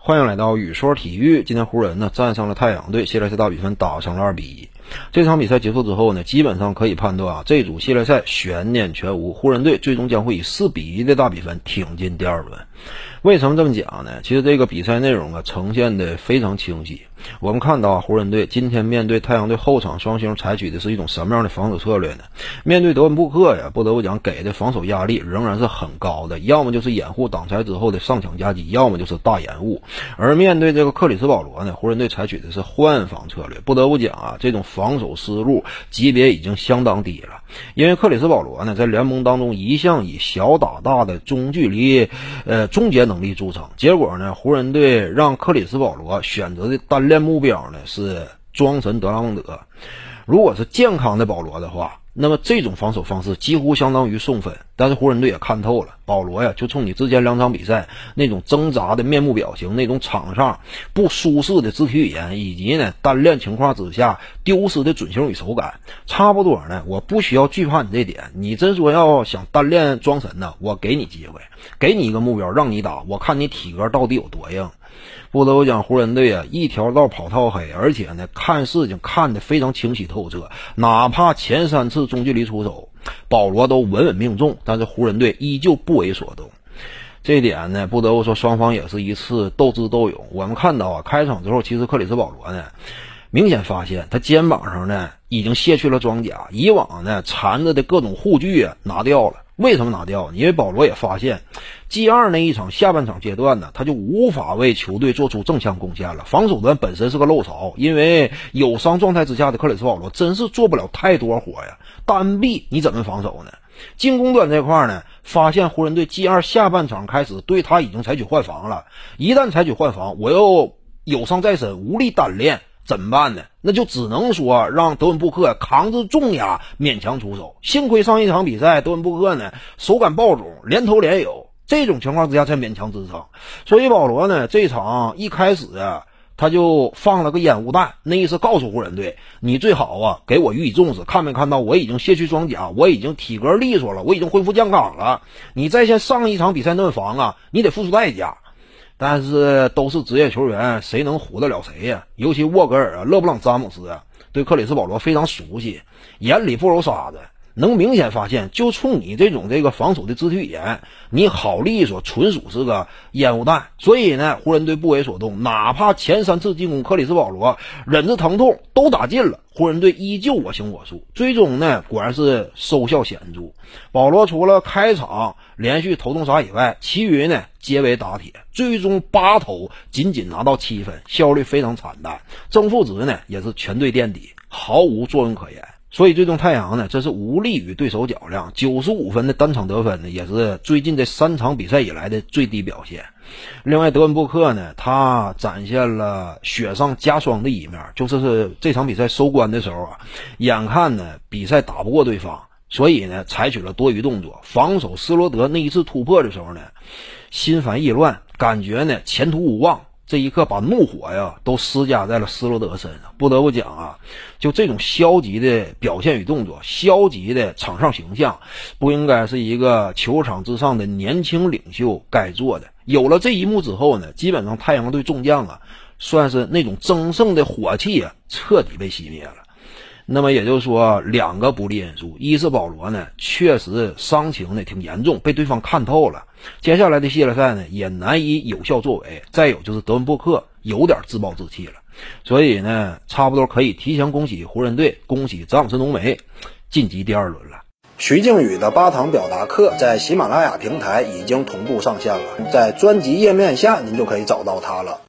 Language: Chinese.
欢迎来到雨说体育。今天湖人呢战胜了太阳队，系列赛大比分打成了2-1。这场比赛结束之后呢，基本上可以判断这组系列赛悬念全无，湖人队最终将会以4-1的大比分挺进第2轮。为什么这么讲呢？其实这个比赛内容呈现的非常清晰。我们看到湖人队今天面对太阳队后场双星采取的是一种什么样的防守策略呢？面对德文布克不得不讲给的防守压力仍然是很高的，要么就是掩护挡拆之后的上抢夹击，要么就是大延误。而面对这个克里斯保罗呢，湖人队采取的是换防策略。不得不讲这种防守思路级别已经相当低了。因为克里斯保罗呢在联盟当中一向以小打大的中距离终结能力著称，结果呢湖人队让克里斯保罗选择的单练目标呢是庄神德拉蒙德。如果是健康的保罗的话，那么这种防守方式几乎相当于送分。但是湖人队也看透了，保罗就冲你之前2场比赛那种挣扎的面目表情，那种场上不舒适的肢体语言，以及呢单练情况之下丢失的准星与手感，差不多呢我不需要惧怕你这点。你真说要想单练庄神呢，我给你机会，给你一个目标让你打，我看你体格到底有多硬。不得不讲，湖人队一条道跑到黑，而且呢看事情看得非常清晰透彻，哪怕前3次中距离出手保罗都稳稳命中，但是湖人队依旧不为所动。这一点呢不得不说双方也是一次斗智斗勇。我们看到开场之后，其实克里斯保罗呢明显发现他肩膀上呢已经卸去了装甲，以往呢缠着的各种护具拿掉了。为什么拿掉呢？因为保罗也发现 G2 那一场下半场阶段呢，他就无法为球队做出正向贡献了。防守端本身是个漏槽，因为有伤状态之下的克里斯保罗真是做不了太多活呀。单臂你怎么防守呢？进攻端这块呢，发现湖人队 G2 下半场开始对他已经采取换防了。一旦采取换防，我又有伤在身，无力单练，怎么办呢？那就只能说让德文布克扛着重压勉强出手。幸亏上一场比赛德文布克呢手感爆种，连投连有，这种情况之下才勉强支撑。所以保罗呢这场一开始他就放了个烟雾弹，那意思告诉湖人队，你最好给我予以重视，看没看到我已经卸去装甲，我已经体格利索了，我已经恢复健康了，你再像上一场比赛那么防你得付出代价。但是都是职业球员，谁能唬得了谁呀？尤其沃格尔勒布朗詹姆斯对克里斯保罗非常熟悉，眼里不揉沙子，能明显发现就冲你这种防守的肢体语言，你好利索，纯属是个烟雾弹。所以呢湖人队不为所动，哪怕前3次进攻克里斯保罗忍着疼痛都打进了，湖人队依旧我行我素，最终呢果然是收效显著。保罗除了开场连续投中杀以外，其余呢皆为打铁，最终8投仅仅拿到7分，效率非常惨淡，正负值呢也是全队垫底，毫无作用可言。所以最终太阳呢这是无力与对手较量，95分的单场得分呢也是最近这3场比赛以来的最低表现。另外德文布克呢他展现了雪上加霜的一面，就是这场比赛收官的时候眼看呢比赛打不过对方，所以呢采取了多余动作，防守斯罗德那一次突破的时候呢心烦意乱，感觉呢前途无望，这一刻把怒火都施加在了斯罗德身上。不得不讲就这种消极的表现与动作，消极的场上形象，不应该是一个球场之上的年轻领袖该做的。有了这一幕之后呢，基本上太阳队众将算是那种争胜的火气彻底被熄灭了。那么也就是说2个不利因素，一是保罗呢确实伤情挺严重，被对方看透了，接下来的系列赛呢也难以有效作为，再有就是德文布克有点自暴自弃了。所以呢差不多可以提前恭喜湖人队，恭喜詹姆斯浓眉晋级第2轮了。 徐静宇的8堂表达课在喜马拉雅平台已经同步上线了，在专辑页面下您就可以找到它了。